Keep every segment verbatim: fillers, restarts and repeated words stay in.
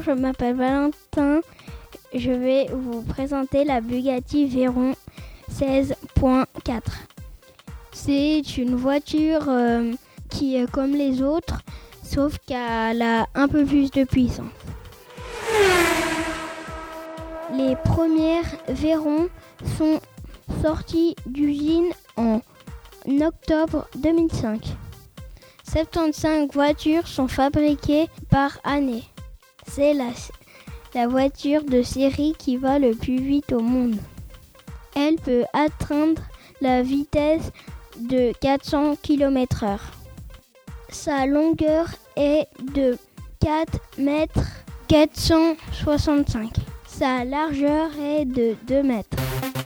je m'appelle Valentin. Je vais vous présenter la Bugatti Veyron seize point quatre. C'est une voiture euh, qui est comme les autres, sauf qu'elle a un peu plus de puissance. Les premières Veyron sont sorties d'usine en octobre deux mille cinq. soixante-quinze voitures sont fabriquées par année. C'est la, la voiture de série qui va le plus vite au monde. Elle peut atteindre la vitesse de quatre cents kilomètres heure. Sa longueur est de quatre mètres quatre cent soixante-cinq. Sa largeur est de deux mètres.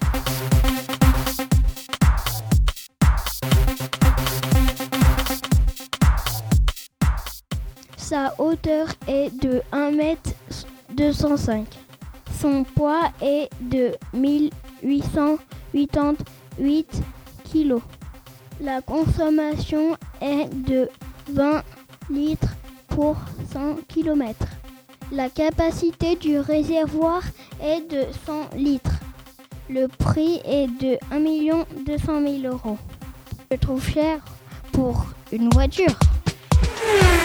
Sa hauteur est de un mètre deux cent cinq. Son poids est de mille huit cent quatre-vingt-huit kilos. La consommation est de vingt litres pour cent kilomètres. La capacité du réservoir est de cent litres. Le prix est de un million deux cent mille euros. Je trouve cher pour une voiture.